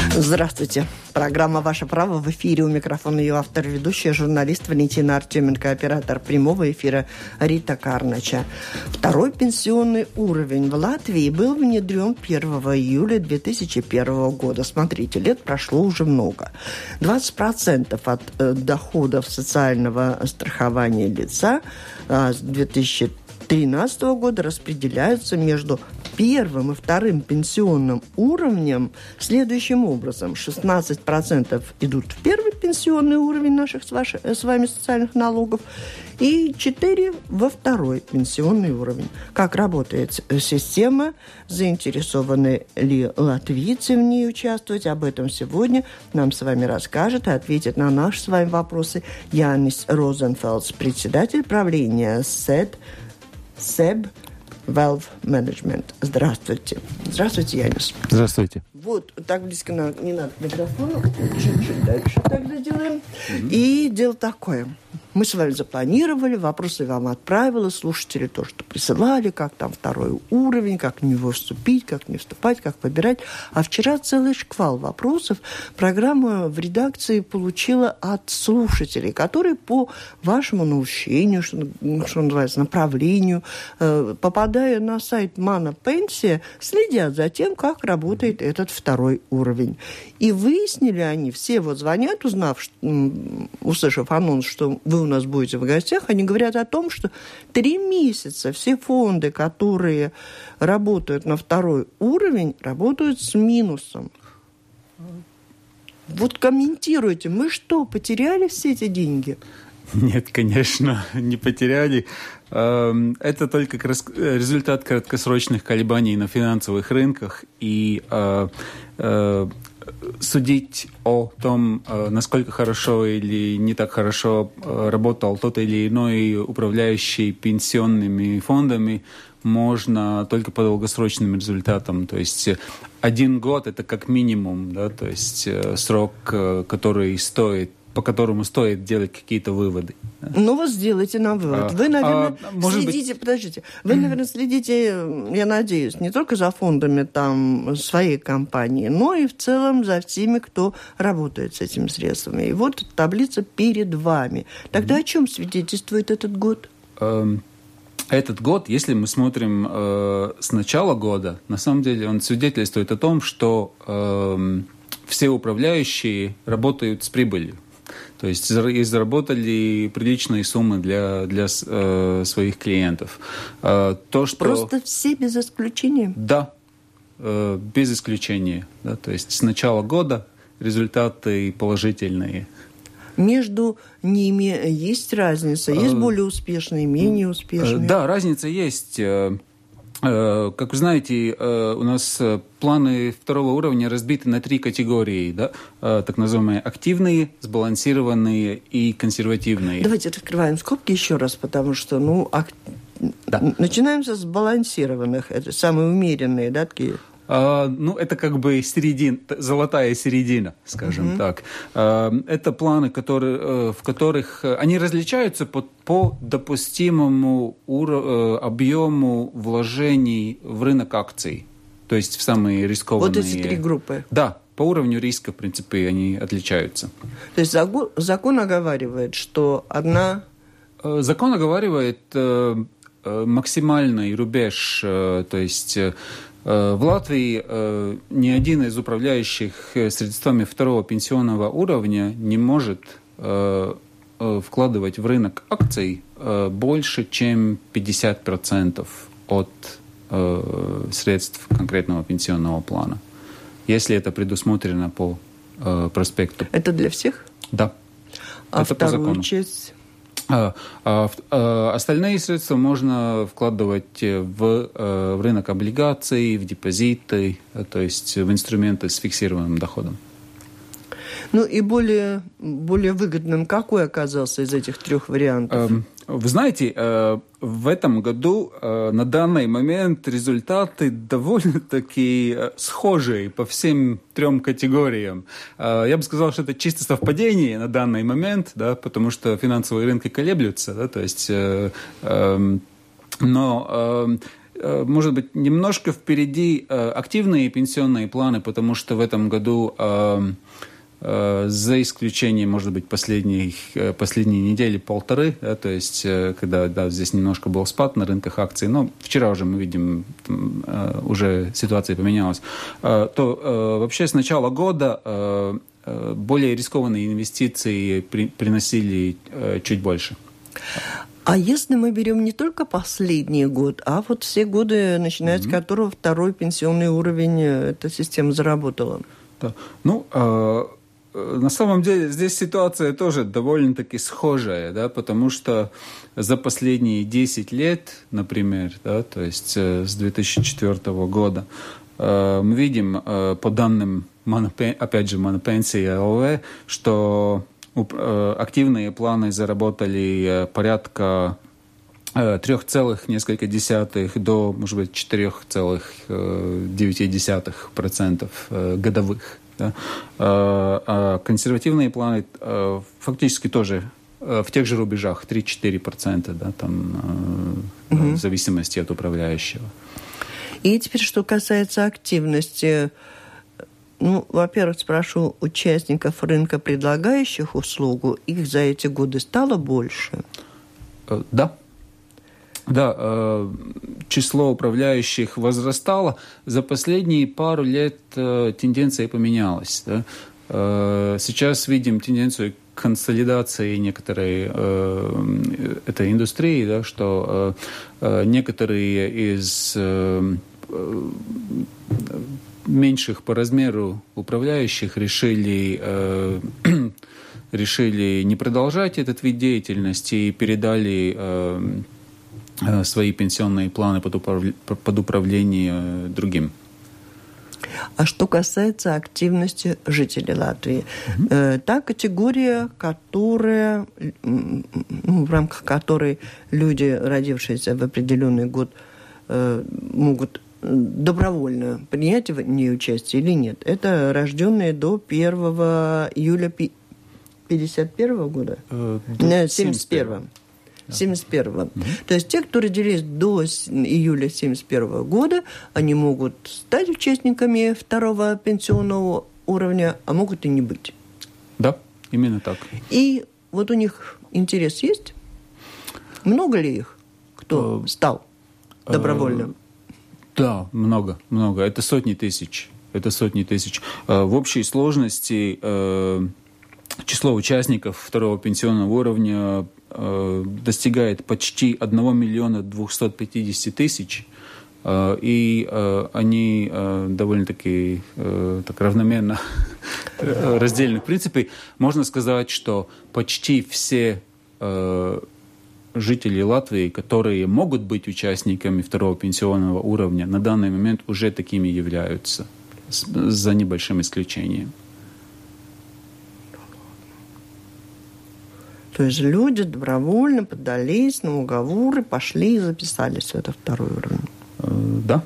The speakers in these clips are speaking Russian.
Здравствуйте. Программа «Ваше право» в эфире. У микрофона ее автор, ведущая, журналист Валентина Артеменко, оператор прямого эфира Рита Карнача. Второй пенсионный уровень в Латвии был внедрен 1 июля 2001 года. Смотрите, лет прошло уже много. 20% от доходов социального страхования лица с 2013 года распределяются между первым и вторым пенсионным уровнем следующим образом. 16% идут в первый пенсионный уровень наших с вами социальных налогов и 4% во второй пенсионный уровень. Как работает система, заинтересованы ли латвийцы в ней участвовать, об этом сегодня нам с вами расскажет и ответит на наши с вами вопросы Янис Розенфелдс, председатель правления SEB Wealth Management. Здравствуйте. Здравствуйте, Янис. Здравствуйте. Вот, так близко не надо к микрофону. Чуть-чуть дальше тогда делаем. И дело такое. Мы с вами запланировали, вопросы вам отправила, слушатели то, что присылали, как там второй уровень, как в него вступить, как не вступать, как выбирать. А вчера целый шквал вопросов программа в редакции получила от слушателей, которые по вашему наущению, что называется, направлению, попадая на сайт Манапенсия, следят за тем, как работает этот второй уровень. И выяснили они, все вот звонят, услышав анонс, что вы у нас будете в гостях, они говорят о том, что 3 месяца все фонды, которые работают на второй уровень, работают с минусом. Вот комментируйте, мы что, потеряли все эти деньги? Нет, конечно, не потеряли. Это только результат краткосрочных колебаний на финансовых рынках, и судить о том, насколько хорошо или не так хорошо работал тот или иной управляющий пенсионными фондами, можно только по долгосрочным результатам. То есть 1 год – это как минимум, да, то есть срок, по которому стоит делать какие-то выводы. Ну, вот сделайте нам вывод. Вы, наверное, следите, я надеюсь, не только за фондами там своей компании, но и в целом за всеми, кто работает с этими средствами. И вот таблица перед вами. Тогда о чем свидетельствует этот год? Этот год, если мы смотрим с начала года, на самом деле он свидетельствует о том, что все управляющие работают с прибылью. То есть и заработали приличные суммы для своих клиентов. Просто все без исключения? Да, без исключения. Да, то есть с начала года результаты положительные. Между ними есть разница? Есть более успешные, менее успешные? Да, разница есть. Как вы знаете, у нас планы второго уровня разбиты на 3 категории, да? Так называемые активные, сбалансированные и консервативные. Давайте открываем скобки еще раз, потому что начинаем со сбалансированных, это самые умеренные, да, такие? Это как бы золотая середина, скажем так. Это планы, в которых они различаются по допустимому объему вложений в рынок акций, то есть в самые рискованные. Вот эти 3 группы. Да, по уровню риска, в принципе, они отличаются. То есть закон оговаривает, что Закон оговаривает максимальный рубеж, то есть в Латвии ни один из управляющих средствами второго пенсионного уровня не может вкладывать в рынок акций больше, чем 50% от средств конкретного пенсионного плана, если это предусмотрено по проспекту. Это для всех? Да. А это вторую по закону. часть? Остальные средства можно вкладывать в рынок облигаций, в депозиты, то есть в инструменты с фиксированным доходом. Ну и более выгодным какой оказался из этих 3 вариантов? Вы знаете, в этом году на данный момент результаты довольно-таки схожие по всем 3 категориям. Я бы сказал, что это чисто совпадение на данный момент, да, потому что финансовые рынки колеблются, да, то есть, но может быть, немножко впереди активные пенсионные планы, потому что в этом году, за исключением, может быть, последней недели полторы, да, то есть когда здесь немножко был спад на рынках акций, но вчера уже мы видим, уже ситуация поменялась, то вообще с начала года более рискованные инвестиции приносили чуть больше. А если мы берем не только последний год, а вот все годы, начиная с которого второй пенсионный уровень эта система заработала? Да. Ну, на самом деле здесь ситуация тоже довольно-таки схожая, да, потому что за последние 10 лет, например, да, то есть с 2004 года, мы видим по данным, опять же, Монопенсии ЛВ, что активные планы заработали порядка 3,9 до, может быть, 4,9% годовых. Да. А консервативные планы фактически тоже в тех же рубежах 3-4%, да, там, в зависимости от управляющего. И теперь, что касается активности, ну, во-первых, спрошу участников рынка, предлагающих услугу, их за эти годы стало больше? Да. Да, число управляющих возрастало. За последние пару лет тенденция поменялась. Да? Сейчас видим тенденцию консолидации некоторой этой индустрии, да, что некоторые из меньших по размеру управляющих решили не продолжать этот вид деятельности и передали свои пенсионные планы под управление другим. А что касается активности жителей Латвии, та категория, которая, в рамках которой люди, родившиеся в определенный год, могут добровольно принять в ней участие или нет, это рожденные до 1 июля 1951 года? 1971. 71-го. То есть те, кто родились до июля 1971 года, они могут стать участниками второго пенсионного уровня, а могут и не быть. Да, именно так. И вот у них интерес есть? Много ли их, кто стал добровольно? Да, много. Это сотни тысяч. В общей сложности число участников второго пенсионного уровня достигает почти 1 250 000, и они довольно-таки так равномерно разделены. В принципе, можно сказать, что почти все жители Латвии, которые могут быть участниками второго пенсионного уровня, на данный момент уже такими являются, за небольшим исключением. То есть люди добровольно поддались на уговоры, пошли и записались в этот второй уровень. Да.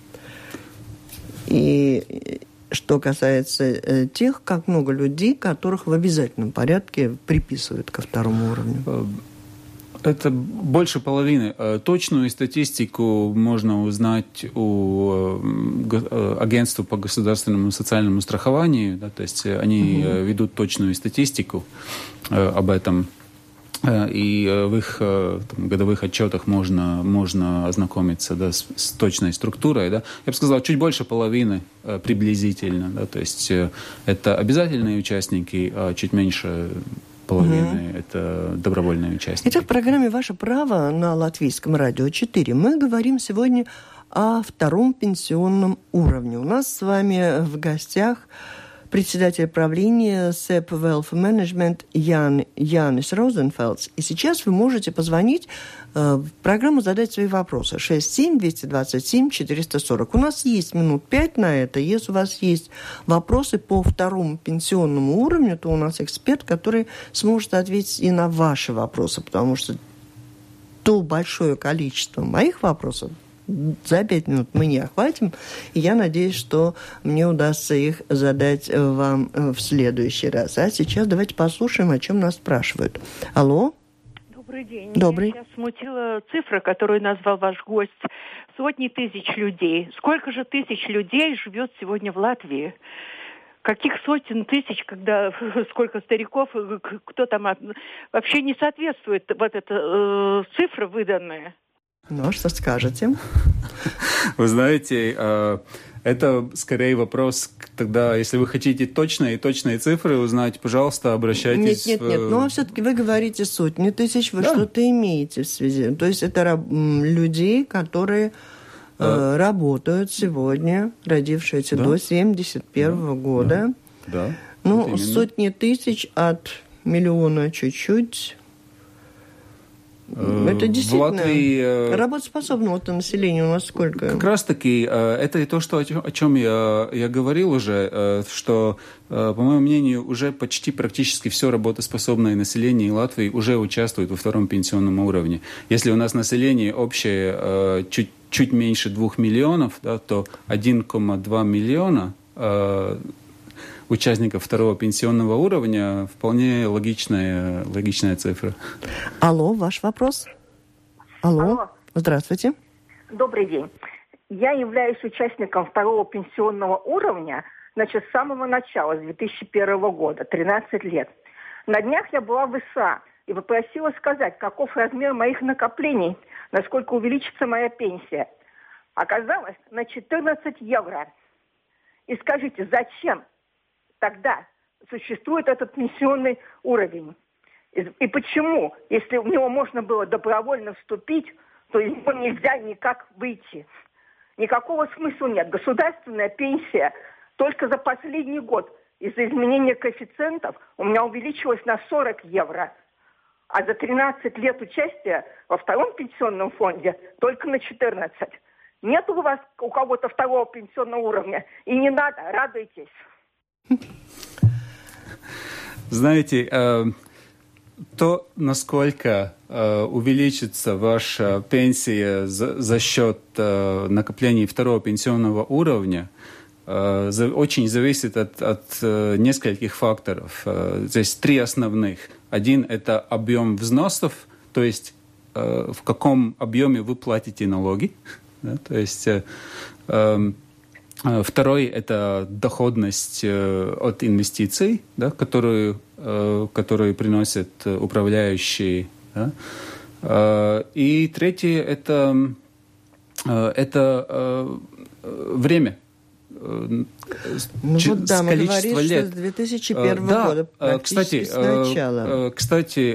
И что касается тех, как много людей, которых в обязательном порядке приписывают ко второму уровню? Это больше половины. Точную статистику можно узнать у агентства по государственному социальному страхованию. Да, то есть они ведут точную статистику об этом. И в их годовых отчетах можно ознакомиться, да, с точной структурой. Да. Я бы сказал, чуть больше половины приблизительно. Да, то есть это обязательные участники, а чуть меньше половины это добровольные участники. Итак, в программе «Ваше право» на Латвийском радио 4 мы говорим сегодня о втором пенсионном уровне. У нас с вами в гостях председатель правления СЭП Wealth Management Янис Розенфелдс. И сейчас вы можете позвонить в программу, задать свои вопросы. 67-227-440. У нас есть минут 5 на это. Если у вас есть вопросы по второму пенсионному уровню, то у нас эксперт, который сможет ответить и на ваши вопросы, потому что то большое количество моих вопросов за 5 минут мы не охватим, и я надеюсь, что мне удастся их задать вам в следующий раз. А сейчас давайте послушаем, о чем нас спрашивают. Алло? Добрый день. Добрый. Меня сейчас смутила цифра, которую назвал ваш гость. сотни тысяч людей. Сколько же тысяч людей живет сегодня в Латвии? Каких сотен тысяч, когда сколько стариков, кто там вообще не соответствует вот эта цифра выданная? Ну, а что скажете? Вы знаете, это скорее вопрос, тогда, если вы хотите точные цифры узнать, пожалуйста, обращайтесь. Нет. Ну, а все-таки вы говорите сотни тысяч, вы что-то имеете в связи? То есть это людей, которые работают сегодня, родившиеся до 1971 года. Да. Ну, сотни тысяч от миллиона чуть-чуть. Это действительно Латвии, работоспособного населения у нас сколько? Как раз-таки это и то, о чем я говорил уже, что, по моему мнению, уже почти практически все работоспособное население Латвии уже участвует во втором пенсионном уровне. Если у нас население общее чуть меньше 2 миллионов, да, то 1,2 миллиона участников второго пенсионного уровня вполне логичная цифра. Алло, ваш вопрос? Алло. Здравствуйте. Добрый день. Я являюсь участником второго пенсионного уровня, значит, с самого начала, с 2001 года, 13 лет. На днях я была в ИСА и попросила сказать, каков размер моих накоплений, насколько увеличится моя пенсия. Оказалось, на 14 евро. И скажите, зачем тогда существует этот пенсионный уровень? И почему, если в него можно было добровольно вступить, то из него нельзя никак выйти? Никакого смысла нет. Государственная пенсия только за последний год из-за изменения коэффициентов у меня увеличилась на 40 евро. А за 13 лет участия во втором пенсионном фонде только на 14. Нет у вас у кого-то второго пенсионного уровня? И не надо, радуйтесь. Знаете, то, насколько увеличится ваша пенсия за счет накоплений второго пенсионного уровня, очень зависит от нескольких факторов. Здесь 3 основных. Один – это объем взносов, то есть в каком объеме вы платите налоги. Да, то есть второй – это доходность от инвестиций, да, которую приносят управляющие. Да. И третье – это время. Ну вот да, мы говорили, что с 2001 года практически с начала. Кстати,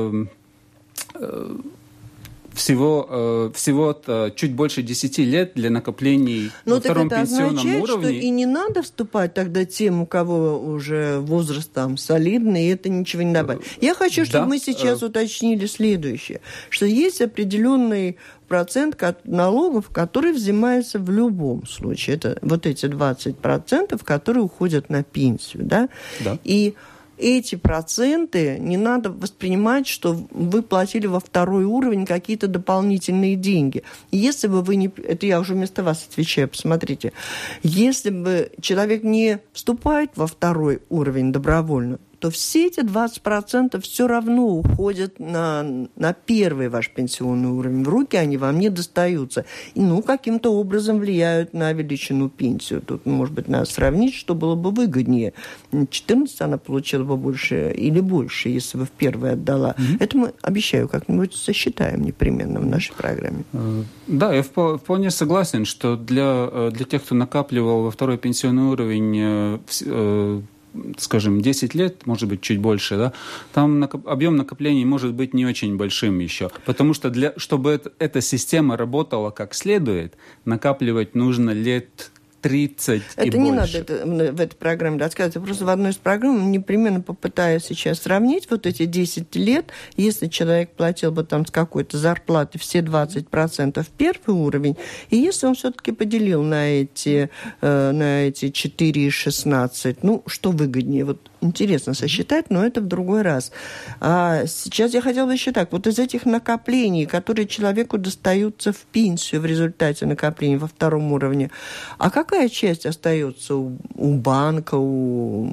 всего чуть больше 10 лет для накоплений на втором пенсионном уровне. Это означает, что и не надо вступать тогда тем, у кого уже возраст там солидный, и это ничего не добавит. Я хочу, чтобы мы сейчас уточнили следующее, что есть определенный процент налогов, который взимается в любом случае. Это вот эти 20%, которые уходят на пенсию. Да? Да. И эти проценты не надо воспринимать, что вы платили во второй уровень какие-то дополнительные деньги. Если бы вы не... Это я уже вместо вас отвечаю, посмотрите. Если бы человек не вступает во второй уровень добровольно, то все эти 20% все равно уходят на первый ваш пенсионный уровень. В руки они вам не достаются. И, каким-то образом влияют на величину пенсию. Тут, может быть, надо сравнить, что было бы выгоднее. 14 она получила бы больше или больше, если бы в первый отдала. Это мы, обещаю, как-нибудь сосчитаем непременно в нашей программе. Да, я вполне согласен, что для тех, кто накапливал во второй пенсионный уровень, скажем, 10 лет, может быть, чуть больше, да, там объем накоплений может быть не очень большим еще. Потому что чтобы эта система работала как следует, накапливать нужно лет 30 это и не больше. Это не надо в этой программе рассказывать. Я просто в одной из программ непременно попытаюсь сейчас сравнить вот эти 10 лет. Если человек платил бы там с какой-то зарплаты все 20% в первый уровень, и если он все-таки поделил на эти 4,16, что выгоднее? Вот интересно сосчитать, но это в другой раз. А сейчас я хотела бы еще так. Вот из этих накоплений, которые человеку достаются в пенсию в результате накоплений во втором уровне, а какая часть остается у банка, у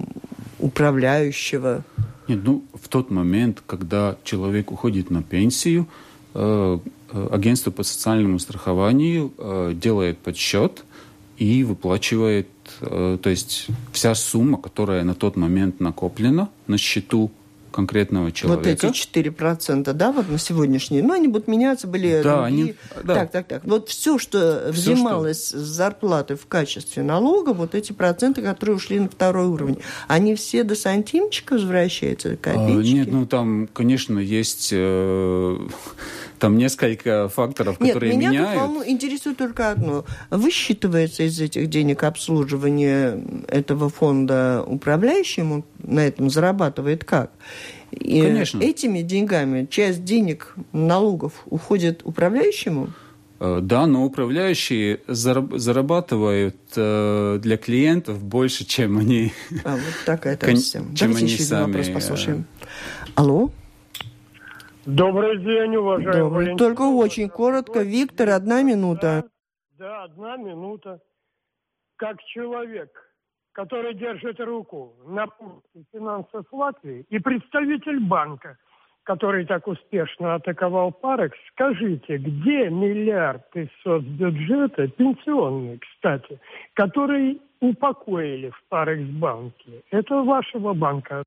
управляющего? Нет, в тот момент, когда человек уходит на пенсию, агентство по социальному страхованию делает подсчет и выплачивает, то есть вся сумма, которая на тот момент накоплена на счету конкретного человека. Вот эти 4%, да, вот на сегодняшний, но они будут меняться, были да, другие. Так. Вот все, что взималось с зарплаты в качестве налога, вот эти проценты, которые ушли на второй уровень, они все до сантимчика возвращаются, копеечки? Нет, ну там, конечно, есть там несколько факторов, которые меняют. Меня тут интересует только одно. Высчитывается из этих денег обслуживание этого фонда управляющему, на этом зарабатывает как? И конечно. Этими деньгами часть денег налогов уходит управляющему? Да, но управляющие зарабатывают для клиентов больше, чем они... Вот такая-то система. Давайте еще один вопрос послушаем. Алло? Добрый день, уважаемый Валентин. Только очень коротко. Виктор, 1 минута. Да, 1 минута. Как человек, который держит руку на пульсе финансов Латвии, и представитель банка, который так успешно атаковал Парекс, скажите, где 1 миллиард из соцбюджета, пенсионный, кстати, который упокоили в Парекс-банке? Это вашего банка.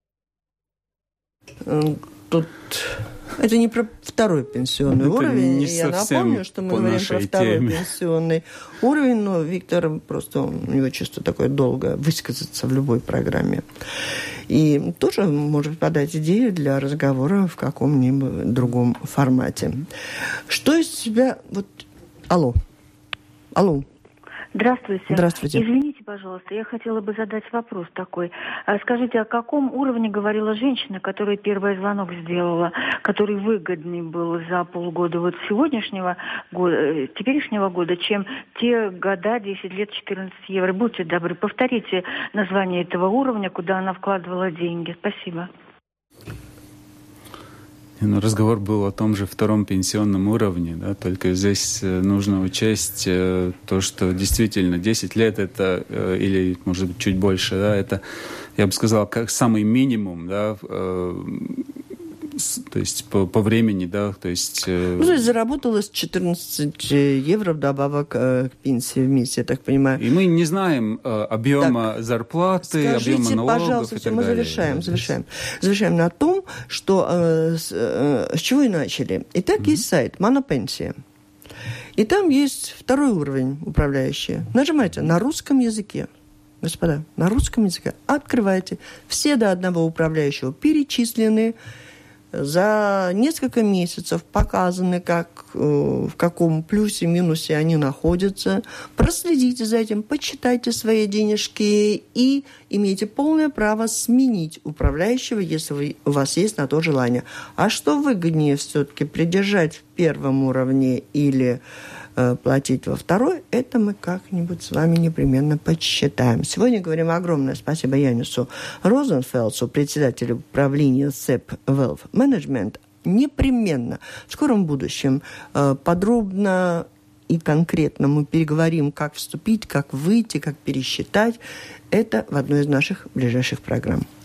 Тут... Это не про второй пенсионный уровень. Я напомню, что мы говорим про второй пенсионный уровень, но Виктор просто, у него чувство такое долгое высказаться в любой программе. И тоже может подать идею для разговора в каком-нибудь другом формате. Что из себя... Вот... Алло. Здравствуйте. Здравствуйте. Извините, пожалуйста, я хотела бы задать вопрос такой. Скажите, о каком уровне говорила женщина, которая первый звонок сделала, который выгодный был за полгода вот сегодняшнего года, теперешнего года, чем те года, 10 лет, 14 евро? Будьте добры, повторите название этого уровня, куда она вкладывала деньги. Спасибо. Разговор был о том же втором пенсионном уровне, да, только здесь нужно учесть то, что действительно 10 лет это, или, может быть, чуть больше, да, это, я бы сказал, как самый минимум, да, то есть по времени, да, то есть... Ну, то есть заработалось 14 евро вдобавок к пенсии в месяц, я так понимаю. И мы не знаем объема зарплаты, объема налогов, пожалуйста, и так мы далее. Завершаем на том, что с чего и начали. Итак, есть сайт «Монопенсия». И там есть второй уровень управляющие. Нажимайте на русском языке. Господа, на русском языке. Открывайте. Все до одного управляющего перечислены. За несколько месяцев показаны, как, в каком плюсе-минусе они находятся. Проследите за этим, почитайте свои денежки и имеете полное право сменить управляющего, если у вас есть на то желание. А что выгоднее все-таки, придержать в первом уровне или платить во второй, это мы как-нибудь с вами непременно подсчитаем. Сегодня говорим огромное спасибо Янису Розенфелдсу, председателю правления СЭП Wealth Management. Непременно в скором будущем подробно и конкретно мы переговорим, как вступить, как выйти, как пересчитать. Это в одной из наших ближайших программ.